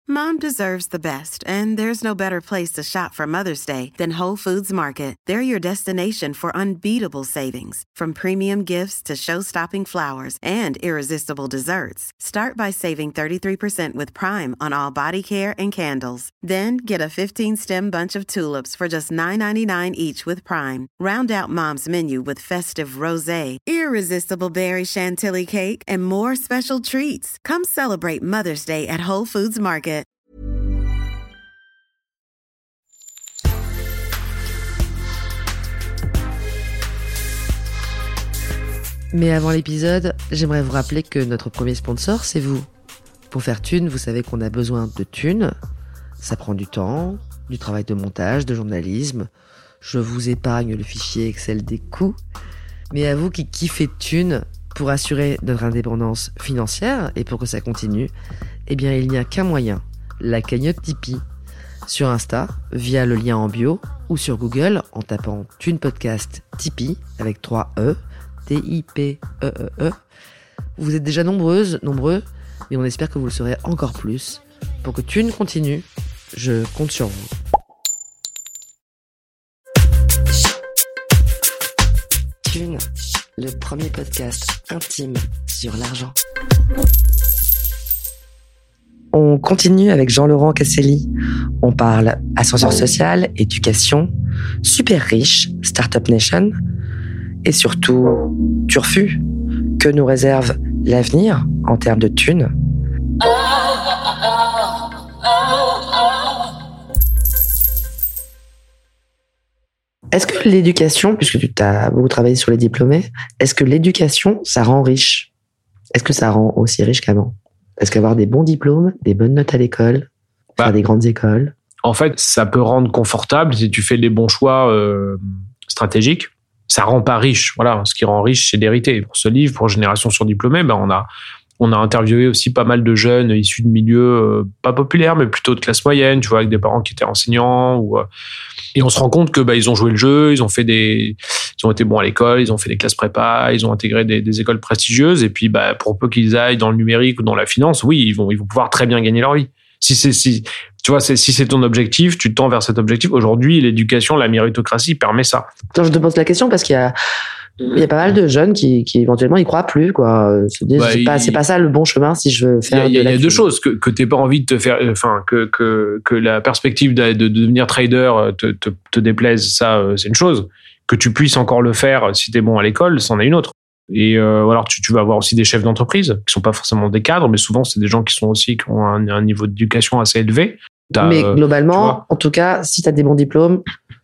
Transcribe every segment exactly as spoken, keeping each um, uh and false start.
Mom deserves the best, and there's no better place to shop for Mother's Day than Whole Foods Market. They're your destination for unbeatable savings, from premium gifts to show-stopping flowers and irresistible desserts. Start by saving thirty-three percent with Prime on all body care and candles. Then get a fifteen-stem bunch of tulips for just nine ninety-nine each with Prime. Round out Mom's menu with festive rosé, irresistible berry chantilly cake, and more special treats. Come celebrate Mother's Day at Whole Foods Market. Mais avant l'épisode, j'aimerais vous rappeler que notre premier sponsor, c'est vous. Pour faire thune, vous savez qu'on a besoin de thunes. Ça prend du temps, du travail de montage, de journalisme. Je vous épargne le fichier Excel des coûts. Mais à vous qui kiffez thunes, pour assurer notre indépendance financière et pour que ça continue, eh bien il n'y a qu'un moyen, la cagnotte Tipeee. Sur Insta, via le lien en bio, ou sur Google en tapant Thune Podcast Tipeee avec trois E, T I P E E E. Vous êtes déjà nombreuses, nombreux, mais on espère que vous le serez encore plus. Pour que Thune continue, je compte sur vous. Thune, le premier podcast intime sur l'argent. On continue avec Jean-Laurent Casselli. On parle ascenseur social, éducation, super riche, Startup Nation, et surtout Turfu. Que nous réserve l'avenir en termes de thunes? Est-ce que l'éducation, puisque tu as beaucoup travaillé sur les diplômés, est-ce que l'éducation, ça rend riche? Est-ce que ça rend aussi riche qu'avant? Est-ce qu'avoir des bons diplômes, des bonnes notes à l'école, bah, faire des grandes écoles? En fait, ça peut rendre confortable si tu fais les bons choix euh, stratégiques. Ça rend pas riche. Voilà, ce qui rend riche, c'est d'hériter. Pour ce livre, pour Génération surdiplômée, ben on a on a interviewé aussi pas mal de jeunes issus de milieux euh, pas populaires, mais plutôt de classe moyenne, tu vois, avec des parents qui étaient enseignants. Ou, euh, et on se rend compte que bah, ils ont joué le jeu, ils ont fait des, ils ont été bons à l'école, ils ont fait des classes prépa, ils ont intégré des, des écoles prestigieuses. Et puis, bah, pour peu qu'ils aillent dans le numérique ou dans la finance, oui, ils vont, ils vont pouvoir très bien gagner leur vie. Si c'est, si, tu vois, c'est, si c'est ton objectif, tu tends vers cet objectif. Aujourd'hui, l'éducation, la méritocratie permet ça. Attends, je te pose la question parce qu'il y a, il y a pas mal de jeunes qui, qui éventuellement y croient plus, quoi. Se disent, bah, c'est pas, il, c'est pas ça le bon chemin si je veux faire. Il y a, de il y a deux choses que, que t'aies pas envie de te faire, enfin, que, que, que la perspective de, de, de devenir trader te, te, te déplaise, ça, c'est une chose. Que tu puisses encore le faire si t'es bon à l'école, c'en est une autre. Et euh, alors tu, tu vas avoir aussi des chefs d'entreprise qui sont pas forcément des cadres, mais souvent c'est des gens qui sont aussi qui ont un, un niveau d'éducation assez élevé. T'as, mais globalement, en tout cas, si tu as des bons diplômes,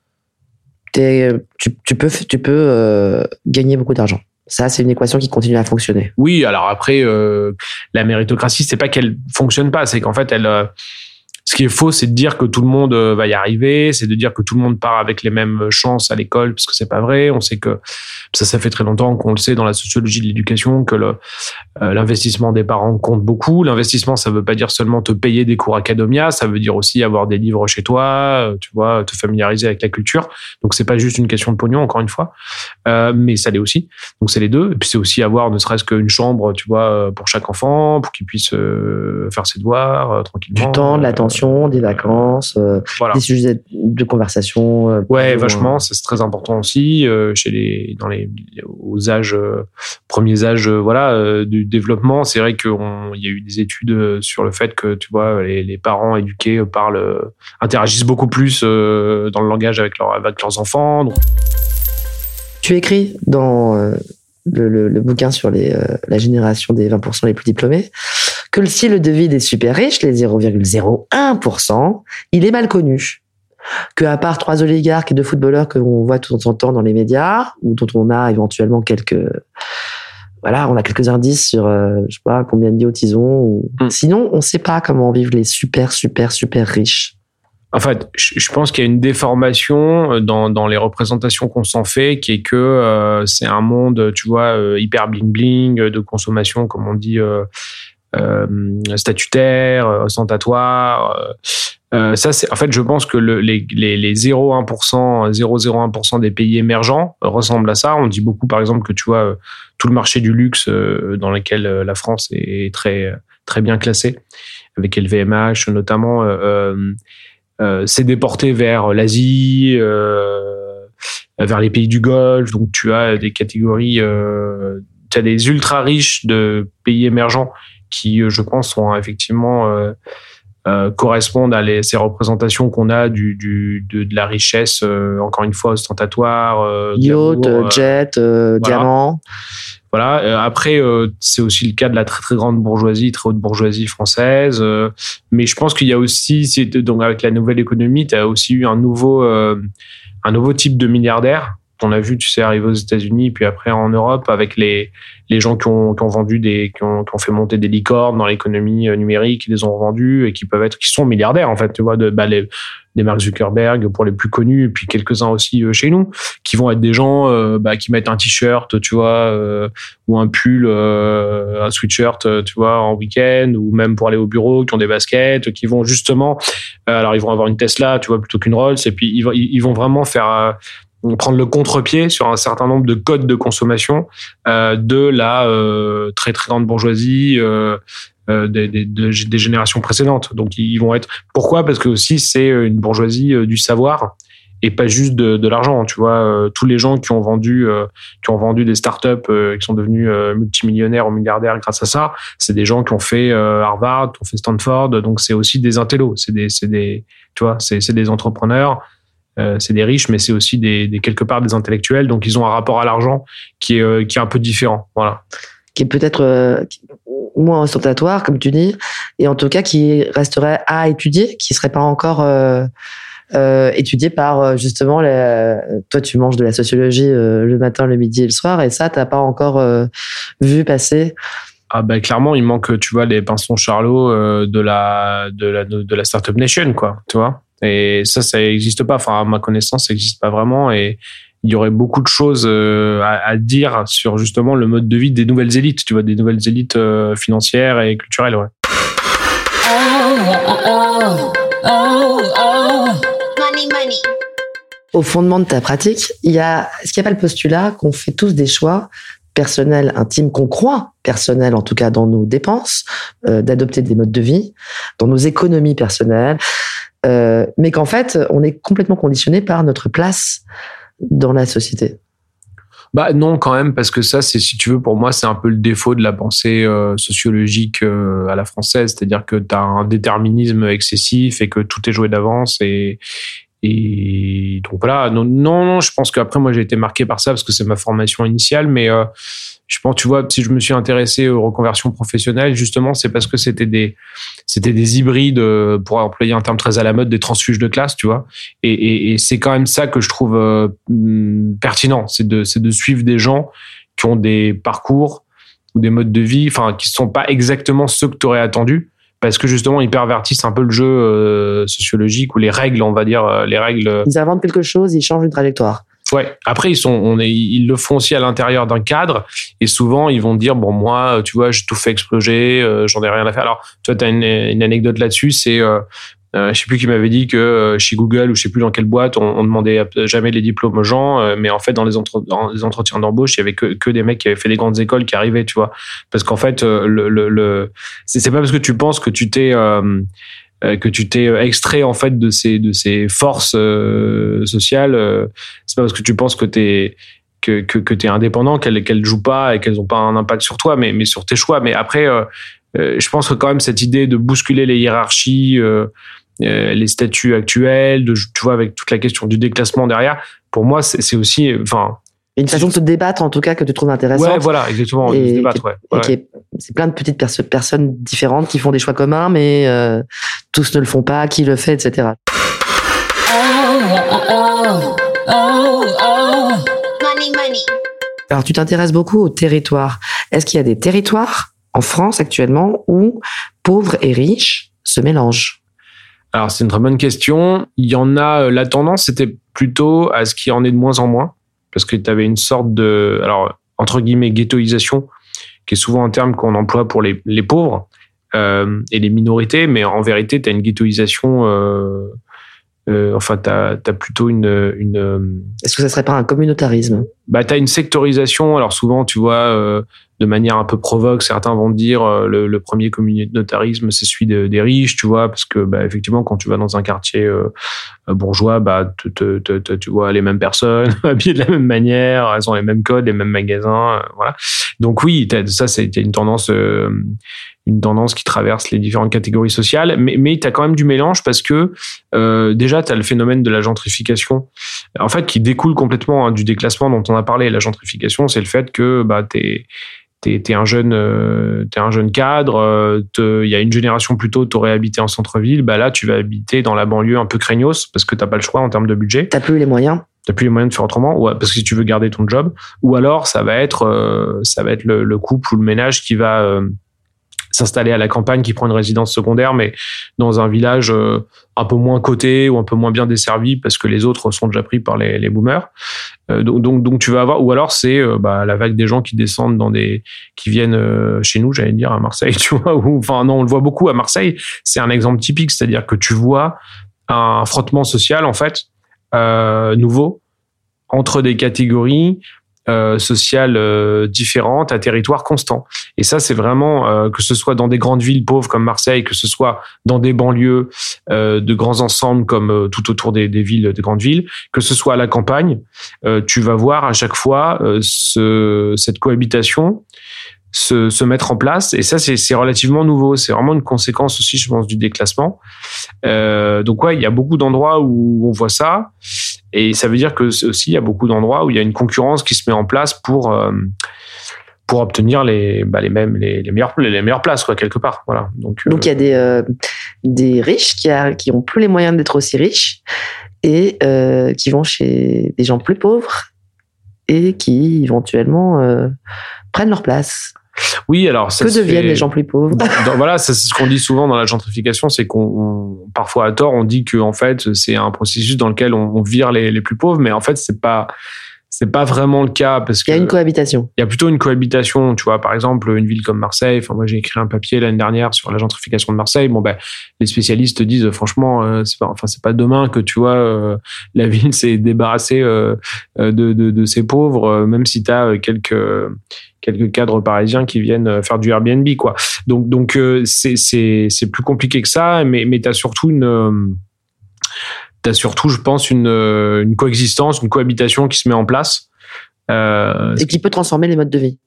t'es, tu, tu peux, tu peux euh, gagner beaucoup d'argent. Ça, c'est une équation qui continue à fonctionner. Oui, alors après, euh, la méritocratie, c'est pas qu'elle fonctionne pas, c'est qu'en fait, elle, euh, ce qui est faux, c'est de dire que tout le monde va y arriver, c'est de dire que tout le monde part avec les mêmes chances à l'école, parce que c'est pas vrai. On sait que ça, ça fait très longtemps qu'on le sait dans la sociologie de l'éducation, que le, euh, l'investissement des parents compte beaucoup. L'investissement, ça veut pas dire seulement te payer des cours Academia, ça veut dire aussi avoir des livres chez toi, tu vois, te familiariser avec la culture. Donc c'est pas juste une question de pognon, encore une fois, euh, mais ça l'est aussi. Donc c'est les deux. Et puis c'est aussi avoir ne serait-ce qu'une chambre, tu vois, pour chaque enfant, pour qu'il puisse euh, faire ses devoirs euh, tranquillement. Du temps, de l'attention. Des vacances, euh, voilà. Des sujets de conversation. Euh, ouais, vachement, c'est très important aussi euh, chez les dans les aux âges euh, premiers âges, euh, voilà, euh, du développement. C'est vrai qu'il y a eu des études sur le fait que tu vois les, les parents éduqués parlent, euh, interagissent beaucoup plus euh, dans le langage avec leurs avec leurs enfants. Donc. Tu écris dans euh, le, le, le bouquin sur les euh, la génération des vingt pour cent les plus diplômés que le style de vie des super riches, les zéro virgule zéro un pour cent, il est mal connu. Que à part trois oligarques et deux footballeurs que l'on voit de temps en temps dans les médias, ou dont on a éventuellement quelques, voilà, on a quelques indices sur, euh, je sais pas, combien de yachts ils ont. Ou... Mm. Sinon, on sait pas comment vivent les super, super, super riches. En fait, je pense qu'il y a une déformation dans, dans les représentations qu'on s'en fait, qui est que euh, c'est un monde, tu vois, euh, hyper bling-bling, de consommation, comme on dit, euh, Euh, statutaire, ostentatoire. Euh, ça, c'est en fait, je pense que le, les, les, les zéro virgule un pour cent, zéro virgule zéro un pour cent des pays émergents ressemblent à ça. On dit beaucoup, par exemple, que tu vois tout le marché du luxe euh, dans lequel la France est très très bien classé, avec L V M H notamment, euh, euh, s'est déporté vers l'Asie, euh, vers les pays du Golfe. Donc tu as des catégories, euh, tu as des ultra riches de pays émergents qui, je pense, sont effectivement euh, euh, correspondent à les, ces représentations qu'on a du, du de, de la richesse, euh, encore une fois ostentatoire, euh, yacht, glamour, euh, jet, euh, voilà. diamant. Voilà. Après, euh, c'est aussi le cas de la très très grande bourgeoisie, très haute bourgeoisie française. Euh, mais je pense qu'il y a aussi, c'est, donc avec la nouvelle économie, tu as aussi eu un nouveau, euh, un nouveau type de milliardaire. On a vu, tu sais, arriver aux États-Unis, puis après en Europe, avec les les gens qui ont qui ont vendu des, qui ont, qui ont fait monter des licornes dans l'économie numérique, qui les ont revendus et qui peuvent être, qui sont milliardaires en fait. Tu vois, de bah, les des Mark Zuckerberg pour les plus connus, et puis quelques-uns aussi euh, chez nous, qui vont être des gens euh, bah, qui mettent un t-shirt, tu vois, euh, ou un pull, euh, un sweatshirt, tu vois, en week-end, ou même pour aller au bureau, qui ont des baskets, qui vont justement, euh, alors ils vont avoir une Tesla, tu vois, plutôt qu'une Rolls, et puis ils vont ils vont vraiment faire euh, prendre le contre-pied sur un certain nombre de codes de consommation euh, de la euh, très très grande bourgeoisie euh, euh, des, des, de, des générations précédentes. Donc ils vont être. Pourquoi ? Parce que aussi c'est une bourgeoisie euh, du savoir et pas juste de, de l'argent. Tu vois, euh, tous les gens qui ont vendu euh, qui ont vendu des startups euh, qui sont devenus euh, multimillionnaires ou milliardaires grâce à ça, c'est des gens qui ont fait euh, Harvard, qui ont fait Stanford. Donc c'est aussi des intellos. C'est des c'est des tu vois c'est c'est des entrepreneurs. Euh, c'est des riches, mais c'est aussi des, des quelque part des intellectuels, donc ils ont un rapport à l'argent qui est euh, qui est un peu différent, voilà. Qui est peut-être euh, moins ostentatoire, comme tu dis, et en tout cas qui resterait à étudier, qui serait pas encore euh, euh, étudié par justement les... toi tu manges de la sociologie euh, le matin, le midi et le soir, et ça t'as pas encore euh, vu passer. Ah ben clairement, il manque, tu vois, les pinsons Charlot euh, de la de la de la Startup Nation, quoi, tu vois. Et ça, ça n'existe pas. Enfin, à ma connaissance, ça n'existe pas vraiment. Et il y aurait beaucoup de choses euh, à, à dire sur justement le mode de vie des nouvelles élites, tu vois, des nouvelles élites euh, financières et culturelles, ouais. Oh, oh, oh, oh. Money, money. Au fondement de ta pratique, il y a, est-ce qu'il n'y a pas le postulat qu'on fait tous des choix personnels, intimes, qu'on croit personnels, en tout cas dans nos dépenses, euh, d'adopter des modes de vie, dans nos économies personnelles, euh, mais qu'en fait, on est complètement conditionné par notre place dans la société. Bah non, quand même, parce que ça, c'est, si tu veux, pour moi, c'est un peu le défaut de la pensée euh, sociologique euh, à la française, c'est-à-dire que tu as un déterminisme excessif et que tout est joué d'avance et et donc voilà. Non, non, non, je pense qu'après moi j'ai été marqué par ça parce que c'est ma formation initiale, mais euh, je pense, tu vois, si je me suis intéressé aux reconversions professionnelles, justement, c'est parce que c'était des, c'était des hybrides, pour employer un terme très à la mode, des transfuges de classe, tu vois. Et, et, et c'est quand même ça que je trouve euh, pertinent, c'est de, c'est de suivre des gens qui ont des parcours ou des modes de vie, enfin, qui sont pas exactement ceux que tu aurais attendus, parce que justement, ils pervertissent un peu le jeu euh, sociologique ou les règles, on va dire, euh, les règles. Ils inventent quelque chose, ils changent une trajectoire. Ouais. Après, ils sont, on est, ils le font aussi à l'intérieur d'un cadre, et souvent ils vont dire bon moi, tu vois, j'ai tout fait exploser, euh, j'en ai rien à faire. Alors, toi, t'as une, une anecdote là-dessus, c'est, euh, euh, je sais plus qui m'avait dit que euh, chez Google ou je sais plus dans quelle boîte, on, on demandait jamais les diplômes aux gens, euh, mais en fait dans les, entre, dans les entretiens d'embauche, il y avait que, que des mecs qui avaient fait des grandes écoles qui arrivaient, tu vois, parce qu'en fait, euh, le, le, le, c'est, c'est pas parce que tu penses que tu t'es euh, que tu t'es extrait en fait de ces de ces forces euh, sociales, euh, c'est pas parce que tu penses que t'es que que que t'es indépendant qu'elles qu'elles jouent pas et qu'elles ont pas un impact sur toi, mais mais sur tes choix. Mais après, euh, euh, je pense que quand même cette idée de bousculer les hiérarchies, euh, euh, les statuts actuels, de, tu vois, avec toute la question du déclassement derrière, pour moi c'est, c'est aussi, enfin. Une façon de se débattre, en tout cas, que tu trouves intéressante. Ouais, voilà, exactement, de se débattre, ouais. Et ouais. qui est, c'est plein de petites perso- personnes différentes qui font des choix communs, mais euh, tous ne le font pas, qui le fait, et cetera. Oh, oh, oh, oh. Money, money. Alors, tu t'intéresses beaucoup aux territoires. Est-ce qu'il y a des territoires en France actuellement où pauvres et riches se mélangent ? Alors, c'est une très bonne question. Il y en a, la tendance, c'était plutôt à ce qu'il y en ait de moins en moins. Parce que tu avais une sorte de, alors, entre guillemets, ghettoisation, qui est souvent un terme qu'on emploie pour les, les pauvres euh, et les minorités, mais en vérité, tu as une ghettoisation, euh, euh, enfin, tu as plutôt une, une... Est-ce que ça serait pas un communautarisme ? bah, tu as une sectorisation. Alors souvent, tu vois, euh, de manière un peu provoque, certains vont te dire euh, le, le premier communiqué de notarisme, c'est celui de, des riches, tu vois, parce que bah, effectivement, quand tu vas dans un quartier euh, bourgeois, bah, te, te, te, te, tu vois les mêmes personnes habillées de la même manière, elles ont les mêmes codes, les mêmes magasins, euh, voilà. Donc oui, t'as, ça c'est une tendance, euh, une tendance qui traverse les différentes catégories sociales, mais, mais tu as quand même du mélange parce que euh, déjà, tu as le phénomène de la gentrification, en fait, qui découle complètement hein, du déclassement dont on a parlé. La gentrification, c'est le fait que bah, t'es T'es, t'es un jeune, euh, t'es un jeune cadre. Il y a une génération plus tôt, t'aurais habité en centre-ville. Bah là, tu vas habiter dans la banlieue un peu craignos parce que t'as pas le choix en termes de budget. T'as plus les moyens. T'as plus les moyens de faire autrement, ou parce que si tu veux garder ton job, ou alors ça va être, euh, ça va être le, le couple ou le ménage qui va euh, s'installer à la campagne, qui prend une résidence secondaire, mais dans un village euh, un peu moins coté ou un peu moins bien desservi parce que les autres sont déjà pris par les, les boomers. Euh, donc, donc, donc tu vas avoir, ou alors c'est euh, bah, la vague des gens qui descendent dans des, qui viennent euh, chez nous, j'allais dire à Marseille, tu vois, ou enfin non, on le voit beaucoup à Marseille. C'est un exemple typique, c'est-à-dire que tu vois un frottement social en fait euh, nouveau entre des catégories Euh, sociales euh, différentes à territoire constant. Et ça, c'est vraiment, euh, que ce soit dans des grandes villes pauvres comme Marseille, que ce soit dans des banlieues euh, de grands ensembles comme euh, tout autour des, des villes, des grandes villes, que ce soit à la campagne, euh, tu vas voir à chaque fois euh, ce, cette cohabitation se, se mettre en place. Et ça, c'est, c'est relativement nouveau. C'est vraiment une conséquence aussi, je pense, du déclassement. Euh, donc ouais, il y a beaucoup d'endroits où on voit ça. Et ça veut dire que aussi, il y a beaucoup d'endroits où il y a une concurrence qui se met en place pour, euh, pour obtenir les, bah, les mêmes, les, les meilleures, les meilleures places, quoi, quelque part. Voilà. Donc, euh... Donc il y a des, euh, des riches qui, a, qui ont plus les moyens d'être aussi riches et euh, qui vont chez des gens plus pauvres et qui éventuellement euh, prennent leur place. Oui, alors ça que deviennent fait... les gens plus pauvres? Dans, voilà, c'est ce qu'on dit souvent dans la gentrification, c'est qu'on, on, parfois à tort, on dit que en fait c'est un processus dans lequel on, on vire les, les plus pauvres, mais en fait c'est pas, c'est pas vraiment le cas parce que il y a une cohabitation. Il y a plutôt une cohabitation, tu vois. Par exemple, une ville comme Marseille. Enfin, moi j'ai écrit un papier l'année dernière sur la gentrification de Marseille. Bon ben, les spécialistes disent franchement, euh, c'est pas, enfin c'est pas demain que tu vois euh, la ville s'est débarrassée euh, de, de de ses pauvres, euh, même si t'as quelques quelques cadres parisiens qui viennent faire du Airbnb, quoi. Donc, donc euh, c'est, c'est, c'est plus compliqué que ça, mais, mais tu as surtout une... Euh, tu as surtout, je pense, une, une coexistence, une cohabitation qui se met en place. Euh, Et qui peut transformer les modes de vie.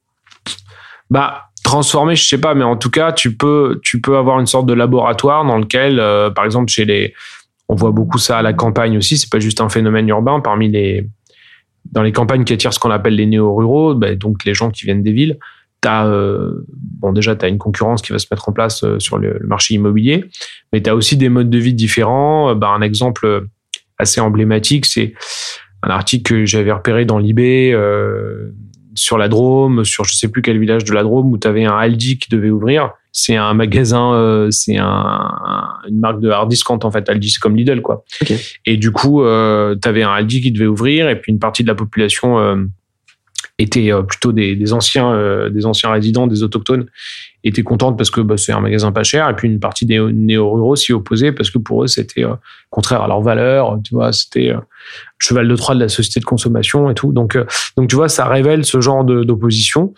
Bah, transformer, je sais pas, mais en tout cas, tu peux, tu peux avoir une sorte de laboratoire dans lequel, euh, par exemple, chez les... On voit beaucoup ça à la campagne aussi, c'est pas juste un phénomène urbain. Parmi les... Dans les campagnes qui attirent ce qu'on appelle les néo-ruraux, bah, donc les gens qui viennent des villes, t'as, euh, bon, déjà, tu as une concurrence qui va se mettre en place euh, sur le, le marché immobilier, mais tu as aussi des modes de vie différents. Bah, un exemple assez emblématique, c'est un article que j'avais repéré dans l'I B euh, sur la Drôme, sur je sais plus quel village de la Drôme, où tu avais un Aldi qui devait ouvrir. C'est un magasin, euh, c'est un, un, une marque de hard discount en fait. Aldi, c'est comme Lidl, quoi. Okay. Et du coup, euh, tu avais un Aldi qui devait ouvrir, et puis une partie de la population euh, était euh, plutôt des, des anciens, euh, des anciens résidents, des autochtones, étaient contentes parce que bah, c'est un magasin pas cher, et puis une partie des néo-ruraux s'y opposaient parce que pour eux c'était euh, contraire à leurs valeurs, tu vois, c'était euh, cheval de Troie de la société de consommation et tout. Donc, euh, donc tu vois, ça révèle ce genre de, d'opposition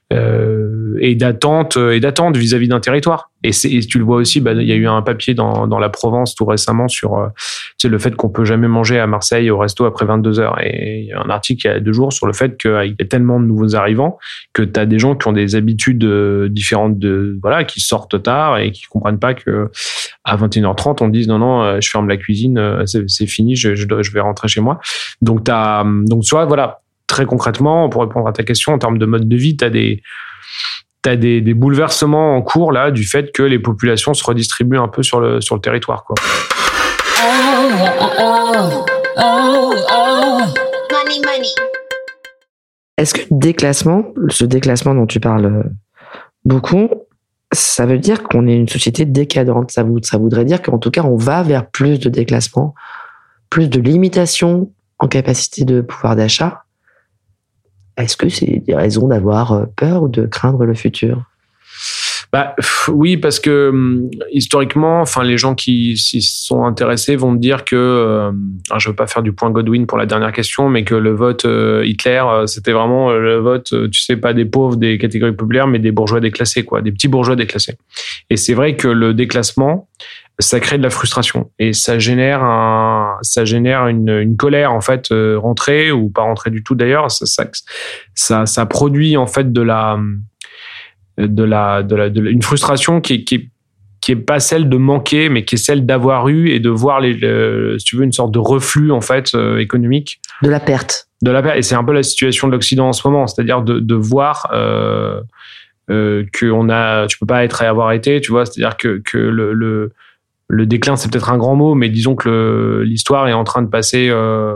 euh, et d'attente et d'attente vis-à-vis d'un territoire. Et, c'est, et tu le vois aussi, bah, il y a eu un papier dans, dans la Provence tout récemment sur euh, tu sais, le fait qu'on peut jamais manger à Marseille au resto après vingt-deux heures. Et il y a un article il y a deux jours sur le fait qu'il y a tellement de nouveaux arrivants que tu as des gens qui ont des habitudes euh, différentes de, voilà, qui sortent tard et qui comprennent pas que à vingt et une heures trente on te dise non, non, euh, je ferme la cuisine, euh, c'est, c'est fini, je, je, je vais rentrer chez moi. Donc, t'as, donc tu vois, voilà, très concrètement, pour répondre à ta question, en termes de mode de vie, tu as des, t'as des, des bouleversements en cours là, du fait que les populations se redistribuent un peu sur le, sur le territoire, quoi. Oh, oh, oh, oh. Money, money. Est-ce que le déclassement, ce déclassement dont tu parles beaucoup, ça veut dire qu'on est une société décadente? Ça, ça voudrait dire qu'en tout cas, on va vers plus de déclassement, plus de limitation en capacité de pouvoir d'achat. Est-ce que c'est des raisons d'avoir peur ou de craindre le futur? Bah pff, oui, parce que hum, historiquement, enfin les gens qui s'y sont intéressés vont me dire que, euh, alors je veux pas faire du point Godwin pour la dernière question, mais que le vote euh, Hitler, euh, c'était vraiment euh, le vote, euh, tu sais, pas des pauvres, des catégories populaires, mais des bourgeois déclassés, quoi, des petits bourgeois déclassés. Et c'est vrai que le déclassement, ça crée de la frustration et ça génère un, ça génère une, une colère en fait, euh, rentrée ou pas rentrée du tout d'ailleurs. Ça, ça, ça, ça produit en fait de la de la, de la, de la, une frustration qui est, qui est, qui est pas celle de manquer, mais qui est celle d'avoir eu et de voir les, le, si tu veux, une sorte de reflux, en fait, euh, économique. De la perte. De la perte. Et c'est un peu la situation de l'Occident en ce moment. C'est-à-dire de, de voir, euh, euh, qu'on a, tu peux pas être et avoir été, tu vois. C'est-à-dire que, que le, le, le déclin, c'est peut-être un grand mot, mais disons que le, l'histoire est en train de passer, euh,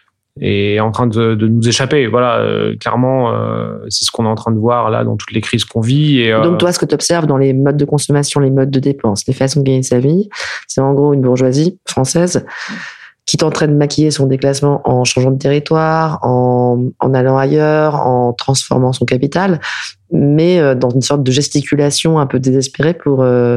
et en train de, de nous échapper. Voilà, euh, clairement, euh, c'est ce qu'on est en train de voir là dans toutes les crises qu'on vit. Et, euh... Donc toi, ce que tu observes dans les modes de consommation, les modes de dépenses, les façons de gagner sa vie, c'est en gros une bourgeoisie française qui t'entraîne de maquiller son déclassement en changeant de territoire, en, en allant ailleurs, en transformant son capital, mais euh, dans une sorte de gesticulation un peu désespérée pour... Euh,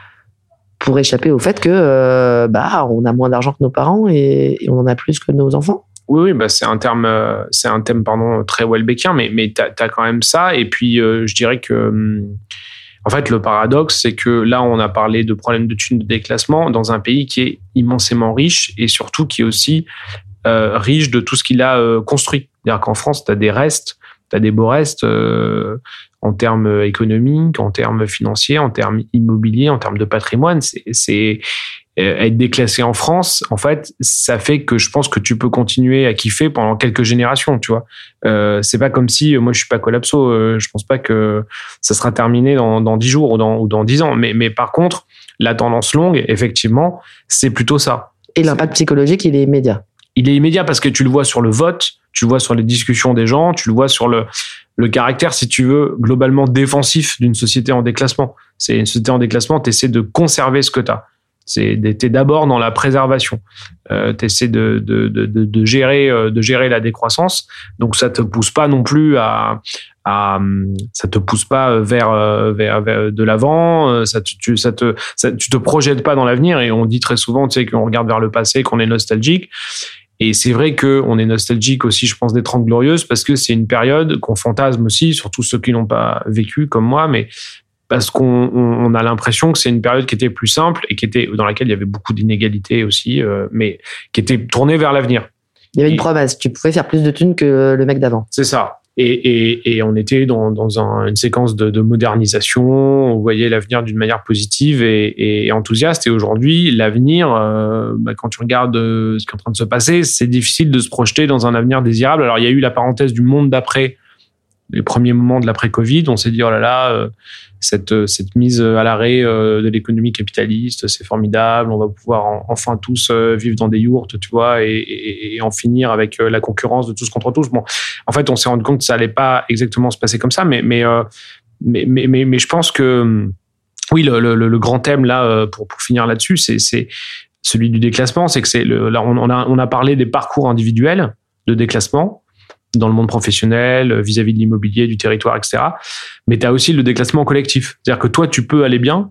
pour échapper au fait que euh, bah on a moins d'argent que nos parents et, et on en a plus que nos enfants. Oui, oui, bah c'est un terme, euh, c'est un thème pardon très Welbeckien, mais mais t'as t'as quand même ça. Et puis euh, je dirais que en fait le paradoxe, c'est que là on a parlé de problèmes de thunes, de déclassement dans un pays qui est immensément riche et surtout qui est aussi euh, riche de tout ce qu'il a euh, construit. C'est-à-dire qu'en France t'as des restes, t'as des beaux restes. Euh, en termes économiques, en termes financiers, en termes immobiliers, en termes de patrimoine. C'est, c'est euh, être déclassé en France, en fait, ça fait que je pense que tu peux continuer à kiffer pendant quelques générations, tu vois. Euh, c'est pas comme si, moi je suis pas collapso, euh, je pense pas que ça sera terminé dans, dans dix jours ou dans, ou dans dix ans. Mais, mais par contre, la tendance longue, effectivement, c'est plutôt ça. Et l'impact psychologique, il est immédiat. Il est immédiat parce que tu le vois sur le vote, tu le vois sur les discussions des gens, tu le vois sur le, le caractère, si tu veux, globalement défensif d'une société en déclassement. C'est une société en déclassement, tu essaies de conserver ce que tu as. C'est, t'es d'abord dans la préservation. Euh, tu essaies de, de, de, de, gérer, de gérer la décroissance. Donc, ça te pousse pas non plus à, à ça te pousse pas vers, vers, vers de l'avant. Ça te, tu, ça te, ça, tu te projettes pas dans l'avenir. Et on dit très souvent, tu sais, qu'on regarde vers le passé, qu'on est nostalgique. Et c'est vrai qu'on est nostalgique aussi, je pense, des Trente Glorieuses, parce que c'est une période qu'on fantasme aussi, surtout ceux qui l'ont pas vécu comme moi, mais parce qu'on on a l'impression que c'est une période qui était plus simple et qui était dans laquelle il y avait beaucoup d'inégalités aussi, euh, mais qui était tournée vers l'avenir. Il y avait une promesse, tu pouvais faire plus de thunes que le mec d'avant. C'est ça. Et, et, et on était dans, dans un, une séquence de, de modernisation, on voyait l'avenir d'une manière positive et, et enthousiaste. Et aujourd'hui, l'avenir, euh, bah, quand tu regardes ce qui est en train de se passer, c'est difficile de se projeter dans un avenir désirable. Alors, il y a eu la parenthèse du monde d'après, les premiers moments de l'après-Covid. On s'est dit, oh là là, euh, cette, cette mise à l'arrêt euh, de l'économie capitaliste, c'est formidable. On va pouvoir en, enfin tous euh, vivre dans des yourtes, tu vois, et, et, et en finir avec euh, la concurrence de tous contre tous. Bon, en fait, on s'est rendu compte que ça allait pas exactement se passer comme ça, mais mais euh, mais, mais, mais, mais je pense que oui, le, le, le grand thème là, pour, pour finir là-dessus, c'est, c'est celui du déclassement. C'est que c'est le, là, on, on a on a parlé des parcours individuels de déclassement dans le monde professionnel, vis-à-vis de l'immobilier, du territoire, et cetera. Mais tu as aussi le déclassement collectif. C'est-à-dire que toi, tu peux aller bien,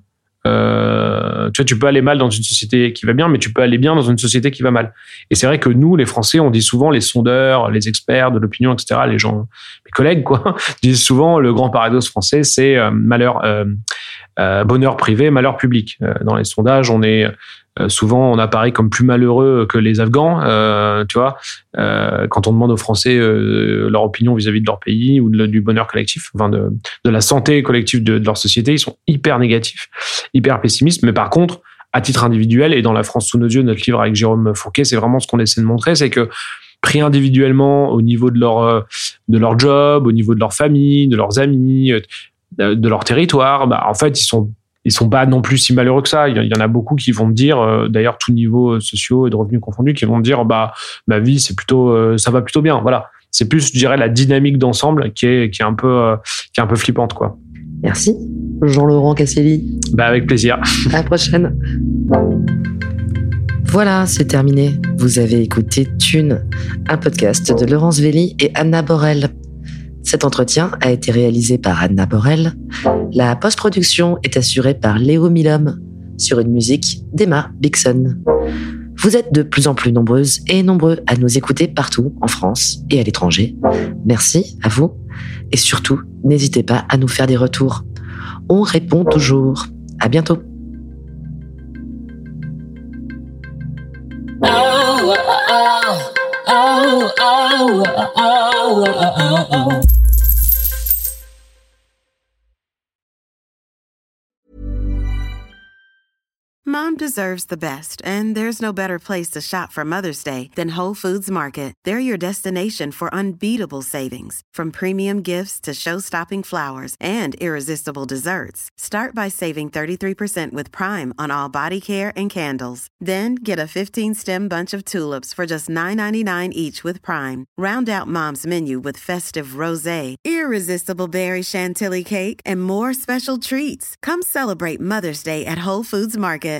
euh, tu vois, tu peux aller mal dans une société qui va bien, mais tu peux aller bien dans une société qui va mal. Et c'est vrai que nous, les Français, on dit souvent, les sondeurs, les experts de l'opinion, et cetera, les gens, mes collègues, quoi, disent souvent, le grand paradoxe français, c'est euh, malheur, euh, euh, bonheur privé, malheur public. Euh, dans les sondages, on est Euh, souvent, on apparaît comme plus malheureux que les Afghans, euh, tu vois, euh, quand on demande aux Français euh, leur opinion vis-à-vis de leur pays ou de, du bonheur collectif, enfin de, de la santé collective de, de leur société, ils sont hyper négatifs, hyper pessimistes. Mais par contre, à titre individuel, et dans La France sous nos yeux, notre livre avec Jérôme Fourquet, c'est vraiment ce qu'on essaie de montrer, c'est que pris individuellement au niveau de leur, de leur job, au niveau de leur famille, de leurs amis, de leur territoire, bah, en fait, ils sont ils sont pas non plus si malheureux que ça. Il y en a beaucoup qui vont me dire, euh, d'ailleurs, tous niveaux sociaux et de revenus confondus, qui vont me dire, bah, ma vie, c'est plutôt, euh, ça va plutôt bien. Voilà. C'est plus, je dirais, la dynamique d'ensemble qui est, qui est un peu, euh, qui est un peu flippante, quoi. Merci, Jean-Laurent Casselli. Bah, avec plaisir. À la prochaine. Voilà, c'est terminé. Vous avez écouté Thune, un podcast de Laurence Velli et Anna Borel. Cet entretien a été réalisé par Anna Borel. La post-production est assurée par Léo Milhomme, sur une musique d'Emma Bixon. Vous êtes de plus en plus nombreuses et nombreux à nous écouter partout en France et à l'étranger. Merci à vous. Et surtout, n'hésitez pas à nous faire des retours. On répond toujours. À bientôt. Oh, oh, oh, oh, oh, oh, oh. Mom deserves the best, and there's no better place to shop for Mother's Day than Whole Foods Market. They're your destination for unbeatable savings, from premium gifts to show-stopping flowers and irresistible desserts. Start by saving thirty-three percent with Prime on all body care and candles. Then get a fifteen-stem bunch of tulips for just nine ninety-nine each with Prime. Round out Mom's menu with festive rosé, irresistible berry chantilly cake, and more special treats. Come celebrate Mother's Day at Whole Foods Market.